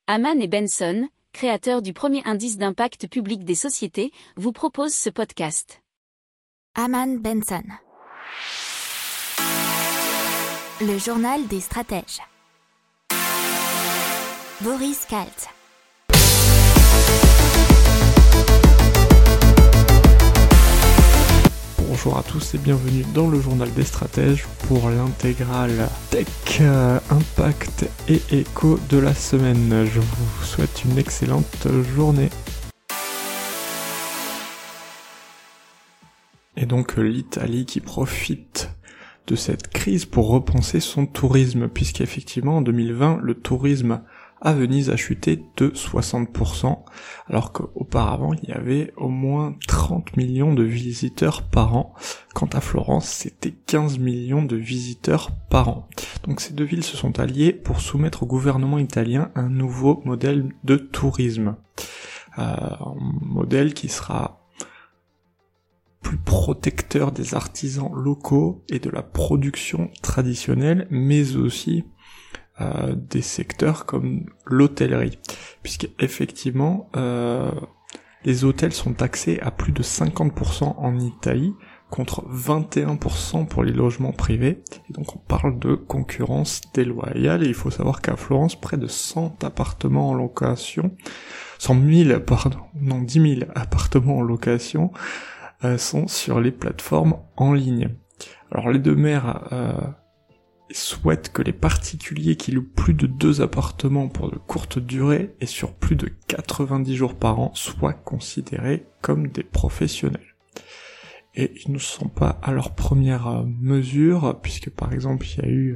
Hamann et Benson, créateurs du premier indice d'impact public des sociétés, vous proposent ce podcast. Hamann Benson. Le journal des stratèges. Boris Kalt. Bonjour à tous et bienvenue dans le journal des stratèges pour l'intégrale Tech, Impact et Éco de la semaine. Je vous souhaite une excellente journée. Et donc l'Italie qui profite de cette crise pour repenser son tourisme, puisqu'effectivement en 2020 le tourisme à Venise a chuté de 60%, alors qu'auparavant il y avait au moins 30 millions de visiteurs par an. Quant à Florence, c'était 15 millions de visiteurs par an. Donc ces deux villes se sont alliées pour soumettre au gouvernement italien un nouveau modèle de tourisme. Un modèle qui sera plus protecteur des artisans locaux et de la production traditionnelle, mais aussi des secteurs comme l'hôtellerie, puisque effectivement les hôtels sont taxés à plus de 50% en Italie contre 21% pour les logements privés, et donc on parle de concurrence déloyale. Et il faut savoir qu'à Florence, près de 100 appartements en location, 10 000 appartements en location sont sur les plateformes en ligne. Alors les deux maires souhaite que les particuliers qui louent plus de 2 appartements pour de courtes durées et sur plus de 90 jours par an soient considérés comme des professionnels. Et ils ne sont pas à leur première mesure, puisque par exemple il y a eu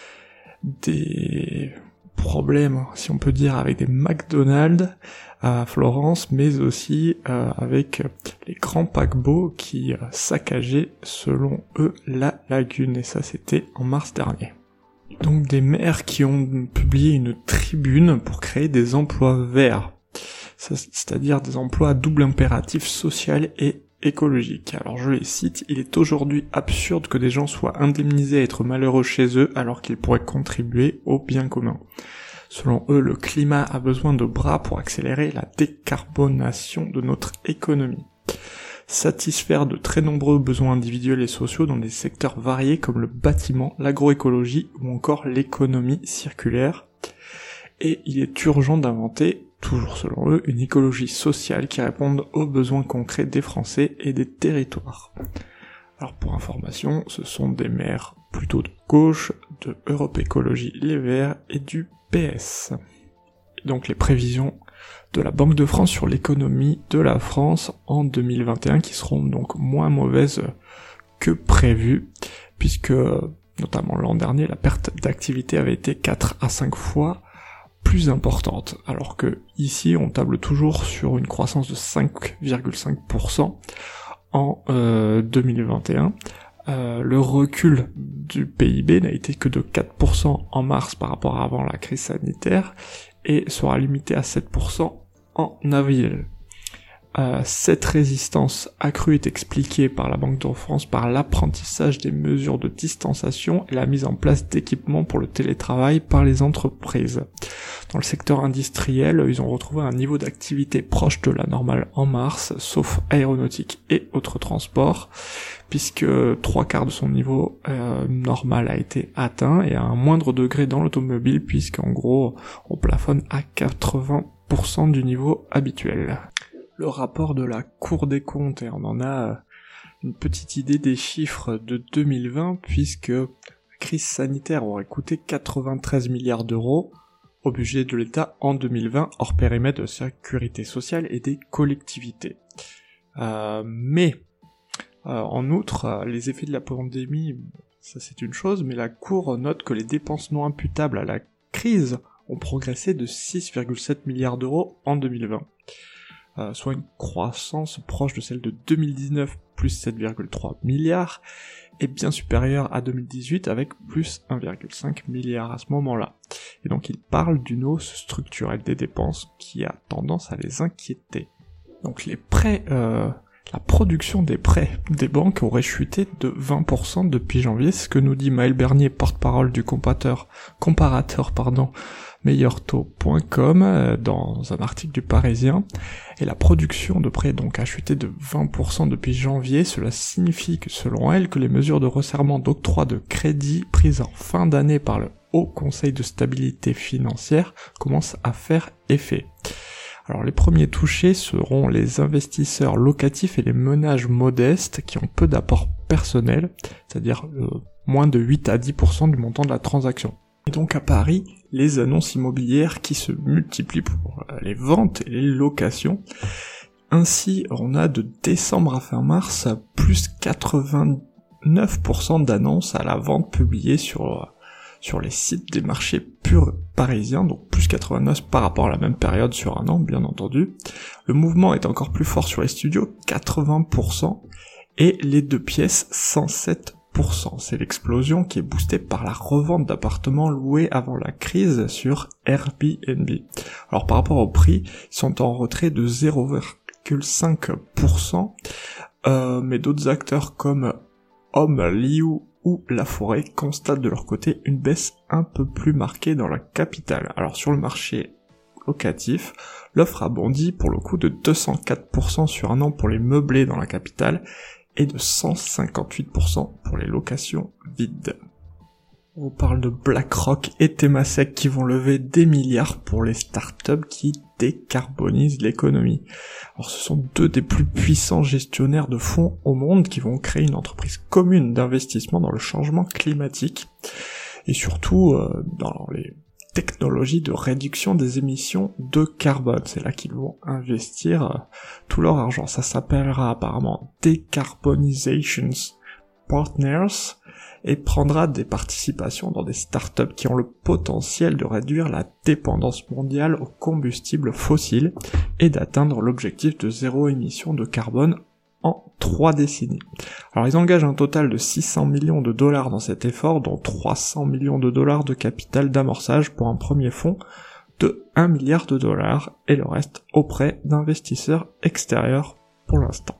des problèmes, si on peut dire, avec des McDonald's à Florence, mais aussi avec les grands paquebots qui saccageaient, selon eux, la lagune, et ça c'était en mars dernier. Donc des maires qui ont publié une tribune pour créer des emplois verts, c'est-à-dire des emplois à double impératif social et écologique. Alors je les cite: il est aujourd'hui absurde que des gens soient indemnisés à être malheureux chez eux alors qu'ils pourraient contribuer au bien commun. Selon eux, le climat a besoin de bras pour accélérer la décarbonation de notre économie. Satisfaire de très nombreux besoins individuels et sociaux dans des secteurs variés comme le bâtiment, l'agroécologie ou encore l'économie circulaire. Et il est urgent d'inventer, toujours selon eux, une écologie sociale qui réponde aux besoins concrets des Français et des territoires. Alors pour information, ce sont des maires plutôt de gauche, de Europe Écologie Les Verts et du PS. Et donc les prévisions de la Banque de France sur l'économie de la France en 2021 qui seront donc moins mauvaises que prévu, puisque notamment l'an dernier la perte d'activité avait été 4 à 5 fois plus importante, alors que ici on table toujours sur une croissance de 5,5% en 2021. Le recul du PIB n'a été que de 4% en mars par rapport à avant la crise sanitaire et sera limité à 7% en avril. Cette résistance accrue est expliquée par la Banque de France par l'apprentissage des mesures de distanciation et la mise en place d'équipements pour le télétravail par les entreprises. Dans le secteur industriel, ils ont retrouvé un niveau d'activité proche de la normale en mars, sauf aéronautique et autres transports, puisque 3/4 de son niveau normal a été atteint, et à un moindre degré dans l'automobile, puisqu'en gros on plafonne à 80% du niveau habituel. Le rapport de la Cour des comptes, et on en a une petite idée des chiffres de 2020, puisque la crise sanitaire aurait coûté 93 milliards d'euros au budget de l'État en 2020, hors périmètre de sécurité sociale et des collectivités. Mais en outre, les effets de la pandémie, ça c'est une chose, mais la Cour note que les dépenses non imputables à la crise ont progressé de 6,7 milliards d'euros en 2020. Soit une croissance proche de celle de 2019, plus 7,3 milliards, et bien supérieure à 2018 avec plus 1,5 milliard à ce moment-là. Et donc il parle d'une hausse structurelle des dépenses qui a tendance à les inquiéter. Donc les prêts la production des prêts des banques aurait chuté de 20% depuis janvier, ce que nous dit Maël Bernier, porte-parole du comparateur, meilleurtaux.com, dans un article du Parisien. Et la production de prêts donc a chuté de 20% depuis janvier. Cela signifie que, selon elle, que les mesures de resserrement d'octroi de crédit prises en fin d'année par le Haut Conseil de stabilité financière commencent à faire effet. Alors les premiers touchés seront les investisseurs locatifs et les ménages modestes qui ont peu d'apport personnel, c'est-à-dire moins de 8 à 10% du montant de la transaction. Et donc à Paris, les annonces immobilières qui se multiplient pour les ventes et les locations. Ainsi, on a de décembre à fin mars plus 89% d'annonces à la vente publiées sur les sites des marchés purs parisiens, donc plus 89 par rapport à la même période sur un an, bien entendu. Le mouvement est encore plus fort sur les studios, 80%, et les 2 pièces, 107%. C'est l'explosion qui est boostée par la revente d'appartements loués avant la crise sur Airbnb. Alors par rapport au prix, ils sont en retrait de 0,5%, mais d'autres acteurs comme Home, Liu ou La Forêt constatent de leur côté une baisse un peu plus marquée dans la capitale. Alors sur le marché locatif, l'offre a bondi pour le coup de 204% sur un an pour les meublés dans la capitale et de 158% pour les locations vides. On parle de BlackRock et Temasek qui vont lever des milliards pour les startups qui décarbonisent l'économie. Alors ce sont 2 des plus puissants gestionnaires de fonds au monde qui vont créer une entreprise commune d'investissement dans le changement climatique et surtout dans les technologies de réduction des émissions de carbone. C'est là qu'ils vont investir tout leur argent. Ça s'appellera apparemment Decarbonizations Partners et prendra des participations dans des startups qui ont le potentiel de réduire la dépendance mondiale aux combustibles fossiles et d'atteindre l'objectif de 0 émission de carbone en 3 décennies. Alors ils engagent un total de 600 millions de dollars dans cet effort, dont 300 millions de dollars de capital d'amorçage pour un premier fonds de 1 milliard de dollars et le reste auprès d'investisseurs extérieurs pour l'instant.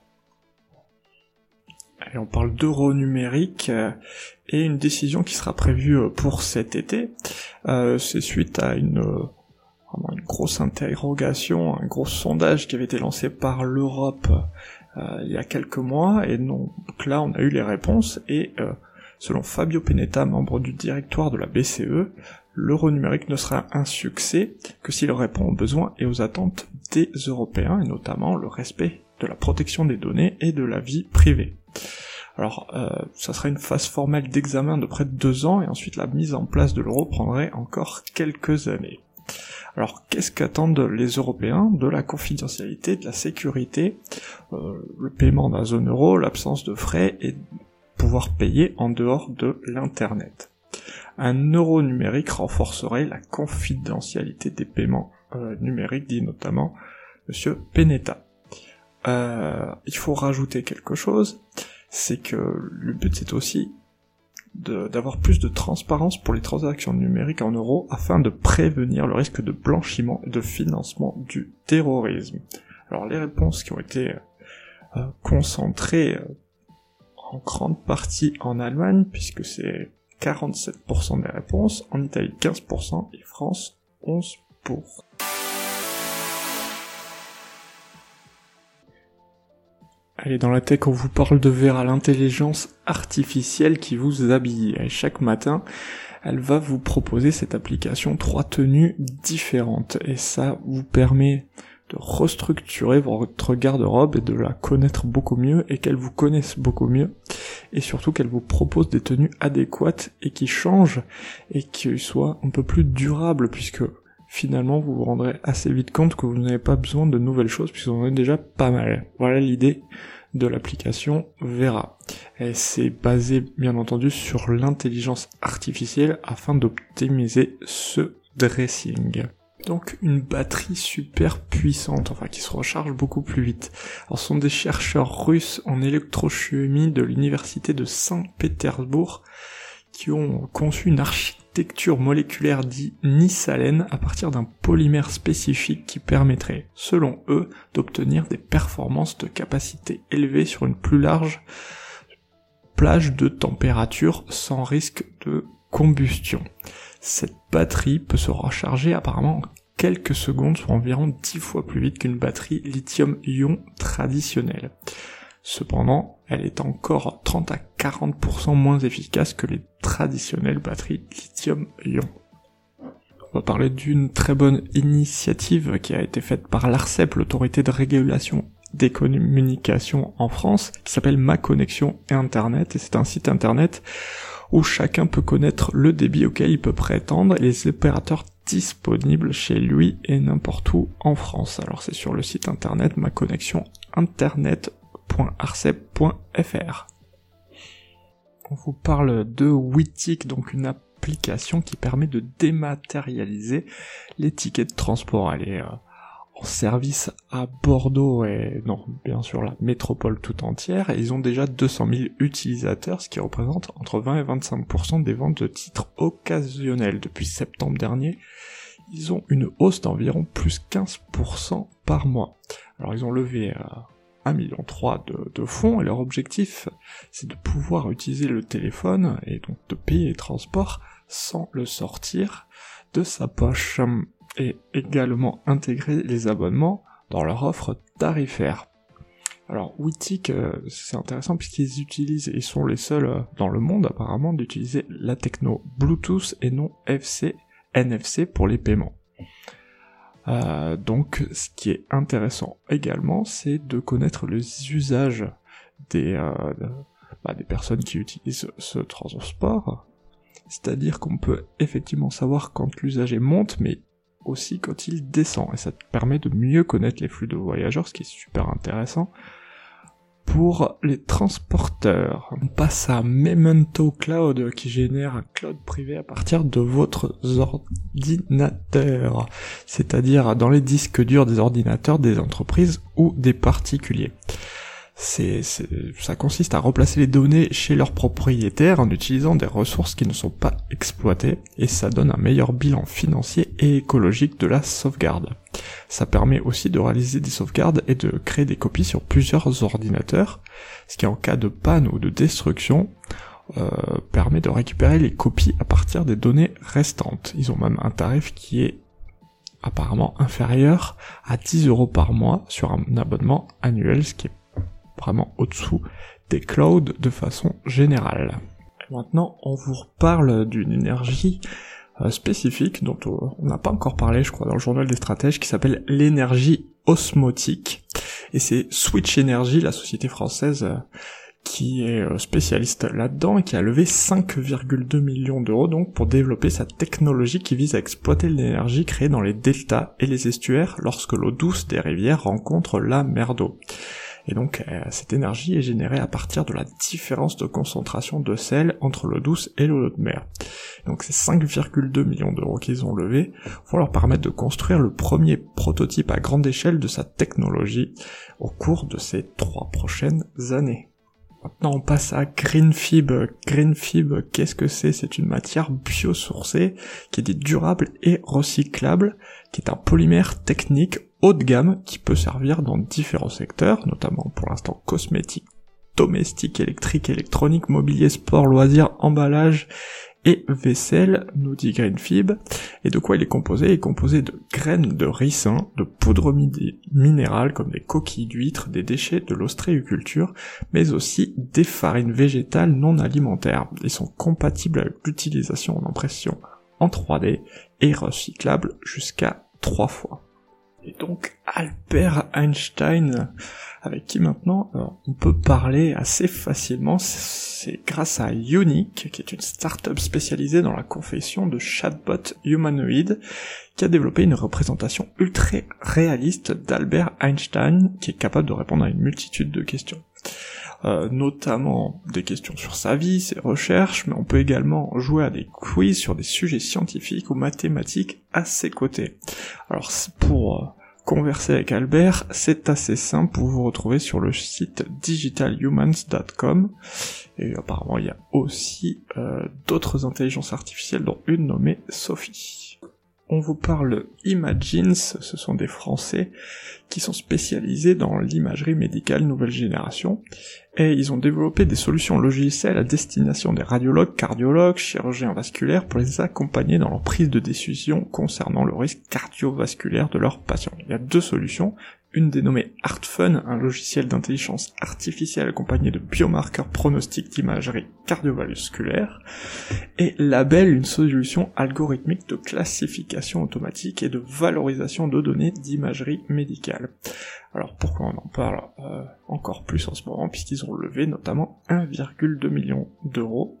Et on parle d'euro numérique et une décision qui sera prévue pour cet été. C'est suite à une grosse interrogation, un gros sondage qui avait été lancé par l'Europe il y a quelques mois, et donc là on a eu les réponses, et selon Fabio Panetta, membre du directoire de la BCE, l'euro numérique ne sera un succès que s'il répond aux besoins et aux attentes des Européens, et notamment le respect de la protection des données et de la vie privée. Alors, ça sera une phase formelle d'examen de près de 2 ans, et ensuite la mise en place de l'euro prendrait encore quelques années. Alors, qu'est-ce qu'attendent les Européens? De la confidentialité, de la sécurité, le paiement dans la zone euro, l'absence de frais, et pouvoir payer en dehors de l'Internet. Un euro numérique renforcerait la confidentialité des paiements numériques, dit notamment Monsieur Panetta. Il faut rajouter quelque chose, c'est que le but c'est aussi d'avoir plus de transparence pour les transactions numériques en euros afin de prévenir le risque de blanchiment et de financement du terrorisme. Alors les réponses qui ont été concentrées en grande partie en Allemagne, puisque c'est 47% des réponses, en Italie 15% et France 11%. Allez, dans la tech, on vous parle de Vera, l'intelligence artificielle qui vous habille. Et chaque matin, elle va vous proposer cette application 3 tenues différentes. Et ça vous permet de restructurer votre garde-robe et de la connaître beaucoup mieux et qu'elle vous connaisse beaucoup mieux. Et surtout qu'elle vous propose des tenues adéquates et qui changent et qui soient un peu plus durables, puisque finalement vous vous rendrez assez vite compte que vous n'avez pas besoin de nouvelles choses puisque vous en avez déjà pas mal. Voilà l'idée de l'application Vera. Et c'est basé bien entendu sur l'intelligence artificielle afin d'optimiser ce dressing. Donc une batterie super puissante, enfin qui se recharge beaucoup plus vite. Alors ce sont des chercheurs russes en électrochimie de l'université de Saint-Pétersbourg qui ont conçu une architecture l'architecture moléculaire dit Ni-Salène à partir d'un polymère spécifique qui permettrait, selon eux, d'obtenir des performances de capacité élevée sur une plus large plage de température sans risque de combustion. Cette batterie peut se recharger apparemment en quelques secondes, soit environ 10 fois plus vite qu'une batterie lithium-ion traditionnelle. Cependant, elle est encore 30 à 40% moins efficace que les traditionnelles batteries lithium-ion. On va parler d'une très bonne initiative qui a été faite par l'ARCEP, l'autorité de régulation des communications en France, qui s'appelle Ma Connexion et Internet, et c'est un site internet où chacun peut connaître le débit auquel il peut prétendre et les opérateurs disponibles chez lui et n'importe où en France. Alors c'est sur le site internet maconnexioninternet.arcep.fr. On vous parle de Witik, donc une application qui permet de dématérialiser les tickets de transport. Elle est en service à Bordeaux et non, bien sûr la métropole tout entière, et ils ont déjà 200 000 utilisateurs, ce qui représente entre 20 et 25% des ventes de titres occasionnels. Depuis septembre dernier, ils ont une hausse d'environ plus 15% par mois. Alors ils ont levé 1,3 million de fonds, et leur objectif, c'est de pouvoir utiliser le téléphone, et donc de payer les transports sans le sortir de sa poche, et également intégrer les abonnements dans leur offre tarifaire. Alors Witik, c'est intéressant puisqu'ils utilisent, ils sont les seuls dans le monde apparemment d'utiliser la techno Bluetooth et non NFC pour les paiements. Donc ce qui est intéressant également, c'est de connaître les usages des personnes qui utilisent ce transport, c'est-à-dire qu'on peut effectivement savoir quand l'usager monte, mais aussi quand il descend, et ça te permet de mieux connaître les flux de voyageurs, ce qui est super intéressant pour les transporteurs. On passe à Memento Cloud, qui génère un cloud privé à partir de votre ordinateur, c'est-à-dire dans les disques durs des ordinateurs des entreprises ou des particuliers. Ça consiste à replacer les données chez leurs propriétaires en utilisant des ressources qui ne sont pas exploitées, et ça donne un meilleur bilan financier et écologique de la sauvegarde. Ça permet aussi de réaliser des sauvegardes et de créer des copies sur plusieurs ordinateurs, ce qui en cas de panne ou de destruction permet de récupérer les copies à partir des données restantes. Ils ont même un tarif qui est apparemment inférieur à 10 € par mois sur un abonnement annuel, ce qui est vraiment au-dessous des clouds de façon générale. Et maintenant, on vous reparle d'une énergie spécifique dont on n'a pas encore parlé, je crois, dans le journal des stratèges, qui s'appelle l'énergie osmotique. Et c'est Switch Energy, la société française qui est spécialiste là-dedans et qui a levé 5,2 millions d'euros donc pour développer sa technologie qui vise à exploiter l'énergie créée dans les deltas et les estuaires lorsque l'eau douce des rivières rencontre la mer d'eau. Et donc cette énergie est générée à partir de la différence de concentration de sel entre l'eau douce et l'eau de mer. Donc ces 5,2 millions d'euros qu'ils ont levés vont leur permettre de construire le premier prototype à grande échelle de sa technologie au cours de ces 3 prochaines années. Maintenant on passe à Greenfib. Greenfib, qu'est-ce que c'est ? C'est une matière biosourcée qui est dite durable et recyclable, qui est un polymère technique haut de gamme qui peut servir dans différents secteurs, notamment pour l'instant cosmétiques, domestiques, électriques, électroniques, mobilier, sport, loisirs, emballage et vaisselle, nous dit Greenfib. Et de quoi il est composé ? Il est composé de graines de ricin, de poudre minérale comme des coquilles d'huîtres, des déchets de l'ostréiculture, mais aussi des farines végétales non alimentaires. Ils sont compatibles avec l'utilisation en impression en 3D et recyclables jusqu'à 3 fois. Et donc Albert Einstein, avec qui maintenant on peut parler assez facilement, c'est grâce à Ionic, qui est une start-up spécialisée dans la confection de chatbots humanoïdes, qui a développé une représentation ultra réaliste d'Albert Einstein, qui est capable de répondre à une multitude de questions. Notamment des questions sur sa vie, ses recherches, mais on peut également jouer à des quiz sur des sujets scientifiques ou mathématiques à ses côtés. Alors pour converser avec Albert, c'est assez simple, vous vous retrouvez sur le site digitalhumans.com, et apparemment il y a aussi d'autres intelligences artificielles, dont une nommée Sophie. On vous parle Imagines, ce sont des Français qui sont spécialisés dans l'imagerie médicale nouvelle génération, et ils ont développé des solutions logicielles à destination des radiologues, cardiologues, chirurgiens vasculaires pour les accompagner dans leur prise de décision concernant le risque cardiovasculaire de leurs patients. Il y a deux solutions, une dénommée HeartFun, un logiciel d'intelligence artificielle accompagné de biomarqueurs pronostiques d'imagerie cardiovasculaire, et Label, une solution algorithmique de classification automatique et de valorisation de données d'imagerie médicale. Alors pourquoi on en parle encore plus en ce moment, puisqu'ils ont levé notamment 1,2 million d'euros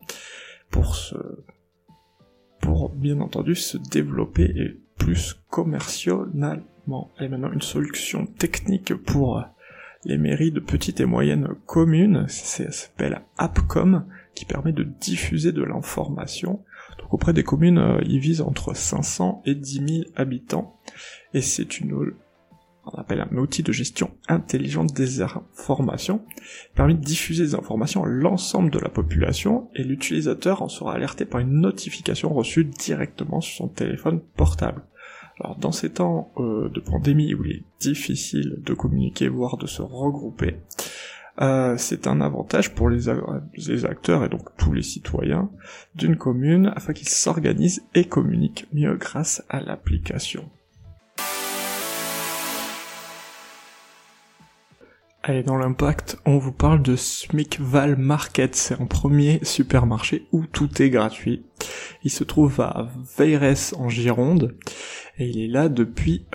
pour bien entendu se développer et plus commercialement. Et maintenant une solution technique pour les mairies de petites et moyennes communes, ça s'appelle AppCom, qui permet de diffuser de l'information. Donc auprès des communes, ils visent entre 500 et 10 000 habitants, et c'est on appelle un outil de gestion intelligente des informations, qui permet de diffuser des informations à l'ensemble de la population, et l'utilisateur en sera alerté par une notification reçue directement sur son téléphone portable. Alors dans ces temps de pandémie où il est difficile de communiquer, voire de se regrouper, c'est un avantage pour les acteurs et donc tous les citoyens d'une commune afin qu'ils s'organisent et communiquent mieux grâce à l'application. Allez, dans l'impact, on vous parle de Smithval Market, c'est un premier supermarché où tout est gratuit. Il se trouve à Veyrès en Gironde, et il est là depuis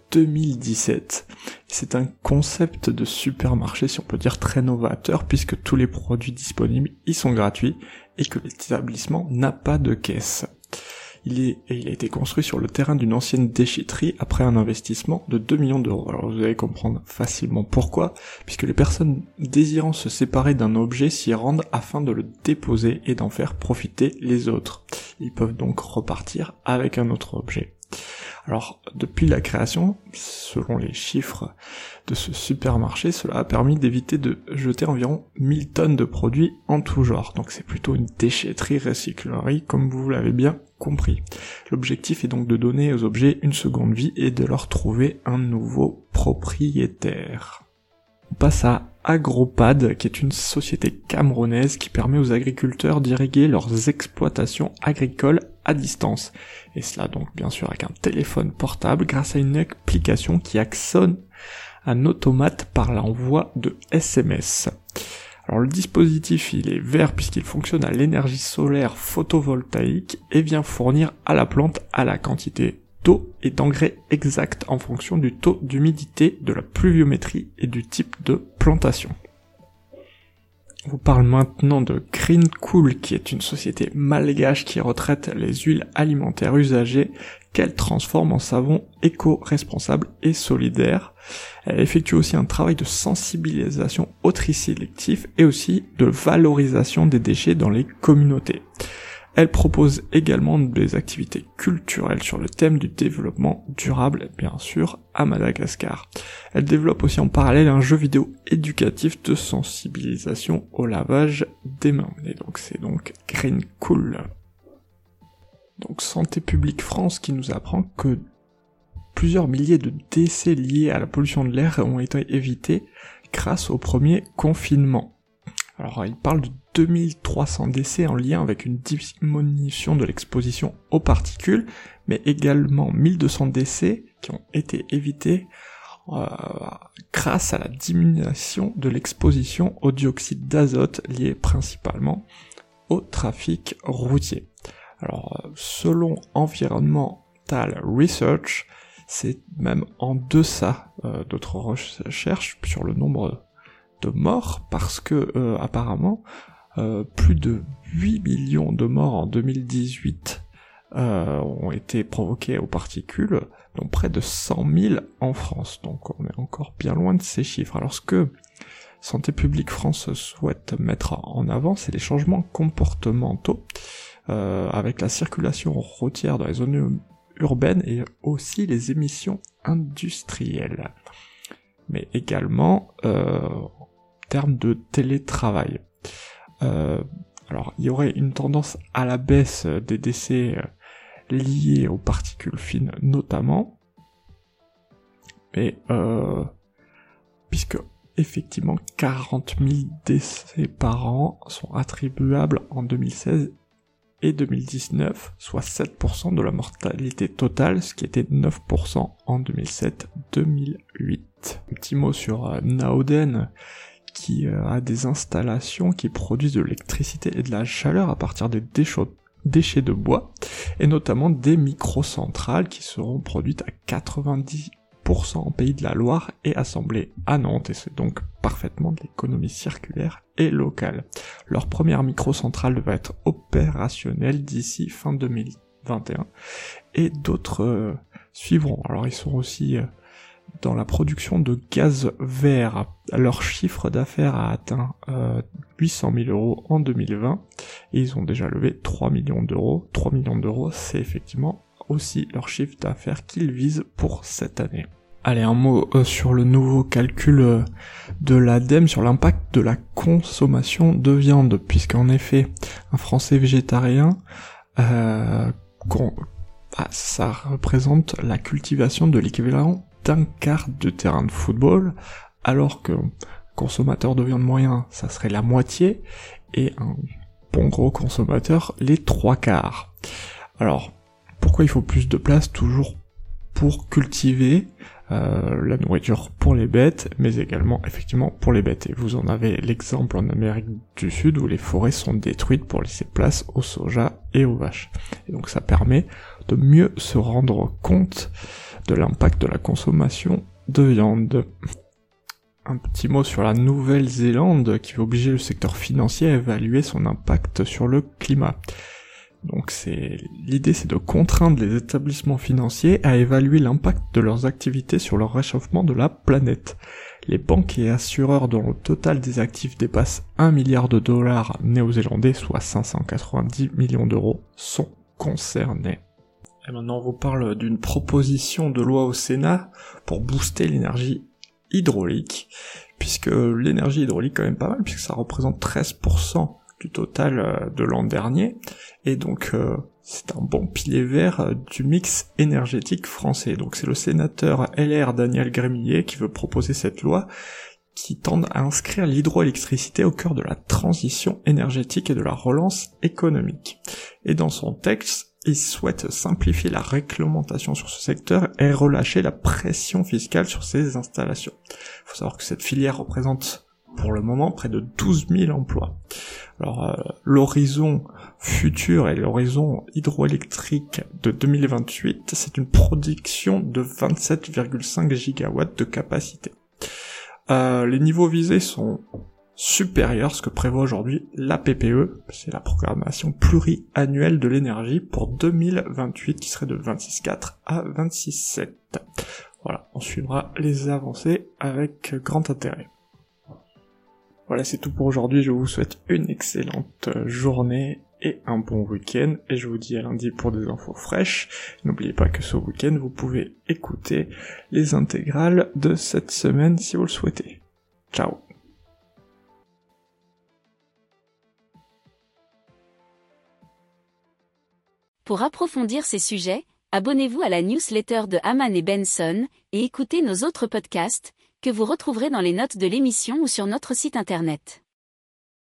2017. C'est un concept de supermarché, si on peut dire, très novateur, puisque tous les produits disponibles y sont gratuits, et que l'établissement n'a pas de caisse. Il a été construit sur le terrain d'une ancienne déchetterie après un investissement de 2 millions d'euros. Alors vous allez comprendre facilement pourquoi, puisque les personnes désirant se séparer d'un objet s'y rendent afin de le déposer et d'en faire profiter les autres. Ils peuvent donc repartir avec un autre objet. Alors, depuis la création, selon les chiffres de ce supermarché, cela a permis d'éviter de jeter environ 1000 tonnes de produits en tout genre. Donc c'est plutôt une déchetterie-recyclerie, comme vous l'avez bien compris. L'objectif est donc de donner aux objets une seconde vie et de leur trouver un nouveau propriétaire. On passe à Agropad, qui est une société camerounaise qui permet aux agriculteurs d'irriguer leurs exploitations agricoles à distance. Et cela donc bien sûr avec un téléphone portable grâce à une application qui actionne un automate par l'envoi de SMS. Alors le dispositif il est vert puisqu'il fonctionne à l'énergie solaire photovoltaïque et vient fournir à la plante à la quantité d'eau et d'engrais exact en fonction du taux d'humidité, de la pluviométrie et du type de plantation. On vous parle maintenant de Greencool, qui est une société malgache qui retraite les huiles alimentaires usagées qu'elle transforme en savon éco-responsable et solidaire. Elle effectue aussi un travail de sensibilisation au tri sélectif et aussi de valorisation des déchets dans les communautés. Elle propose également des activités culturelles sur le thème du développement durable, bien sûr, à Madagascar. Elle développe aussi en parallèle un jeu vidéo éducatif de sensibilisation au lavage des mains. Et donc c'est donc Greencool. Donc Santé publique France qui nous apprend que plusieurs milliers de décès liés à la pollution de l'air ont été évités grâce au premier confinement. Alors il parle de 2300 décès en lien avec une diminution de l'exposition aux particules, mais également 1200 décès qui ont été évités grâce à la diminution de l'exposition au dioxyde d'azote liée principalement au trafic routier. Alors selon Environmental Research, c'est même en deçà d'autres recherches sur le nombre de morts, parce que apparemment plus de 8 millions de morts en 2018 ont été provoqués aux particules, dont près de 100 000 en France. Donc on est encore bien loin de ces chiffres. Alors ce que Santé publique France souhaite mettre en avant, c'est les changements comportementaux avec la circulation routière dans les zones urbaines et aussi les émissions industrielle, mais également en termes de télétravail. Alors, il y aurait une tendance à la baisse des décès liés aux particules fines notamment, mais puisque effectivement 40 000 décès par an sont attribuables en 2016 et 2019, soit 7% de la mortalité totale, ce qui était 9% en 2007-2008. Un petit mot sur Naoden, qui a des installations qui produisent de l'électricité et de la chaleur à partir des déchets de bois, et notamment des microcentrales qui seront produites à 90% en Pays de la Loire et assemblées à Nantes, et c'est donc parfaitement de l'économie circulaire et locale. Leur première microcentrale devrait être opérationnelle d'ici fin 2021, et d'autres suivront. Alors ils sont aussi dans la production de gaz vert. Leur chiffre d'affaires a atteint 800 000 euros en 2020 et ils ont déjà levé 3 millions d'euros. 3 millions d'euros, c'est effectivement aussi leur chiffre d'affaires qu'ils visent pour cette année. Allez, un mot sur le nouveau calcul de l'ADEME sur l'impact de la consommation de viande, puisqu'en effet, un Français végétarien, ça représente la cultivation de l'équivalent d'un quart de terrain de football, alors que consommateur de viande moyen, ça serait la moitié, et un bon gros consommateur, les 3/4. Alors, pourquoi il faut plus de place? Toujours pour cultiver la nourriture pour les bêtes, mais également effectivement pour les bêtes. Et vous en avez l'exemple en Amérique du Sud où les forêts sont détruites pour laisser place au soja et aux vaches. Et donc ça permet de mieux se rendre compte de l'impact de la consommation de viande. Un petit mot sur la Nouvelle-Zélande qui va obliger le secteur financier à évaluer son impact sur le climat. Donc l'idée c'est de contraindre les établissements financiers à évaluer l'impact de leurs activités sur le réchauffement de la planète. Les banques et assureurs dont le total des actifs dépasse 1 milliard de dollars néo-zélandais, soit 590 millions d'euros, sont concernés. Et maintenant on vous parle d'une proposition de loi au Sénat pour booster l'énergie hydraulique, puisque l'énergie hydraulique est quand même pas mal, puisque ça représente 13% du total de l'an dernier, et donc c'est un bon pilier vert du mix énergétique français. Donc c'est le sénateur LR Daniel Grémillet qui veut proposer cette loi qui tend à inscrire l'hydroélectricité au cœur de la transition énergétique et de la relance économique. Et dans son texte, il souhaite simplifier la réglementation sur ce secteur et relâcher la pression fiscale sur ces installations. Il faut savoir que cette filière représente pour le moment près de 12 000 emplois. Alors l'horizon futur et l'horizon hydroélectrique de 2028, c'est une production de 27,5 gigawatts de capacité. Les niveaux visés sont supérieurs à ce que prévoit aujourd'hui la PPE, c'est la programmation pluriannuelle de l'énergie pour 2028 qui serait de 26,4 à 26,7. Voilà, on suivra les avancées avec grand intérêt. Voilà, c'est tout pour aujourd'hui, je vous souhaite une excellente journée et un bon week-end, et je vous dis à lundi pour des infos fraîches. N'oubliez pas que ce week-end, vous pouvez écouter les intégrales de cette semaine si vous le souhaitez. Ciao. Pour approfondir ces sujets, abonnez-vous à la newsletter de Hamann et Benson et écoutez nos autres podcasts que vous retrouverez dans les notes de l'émission ou sur notre site internet.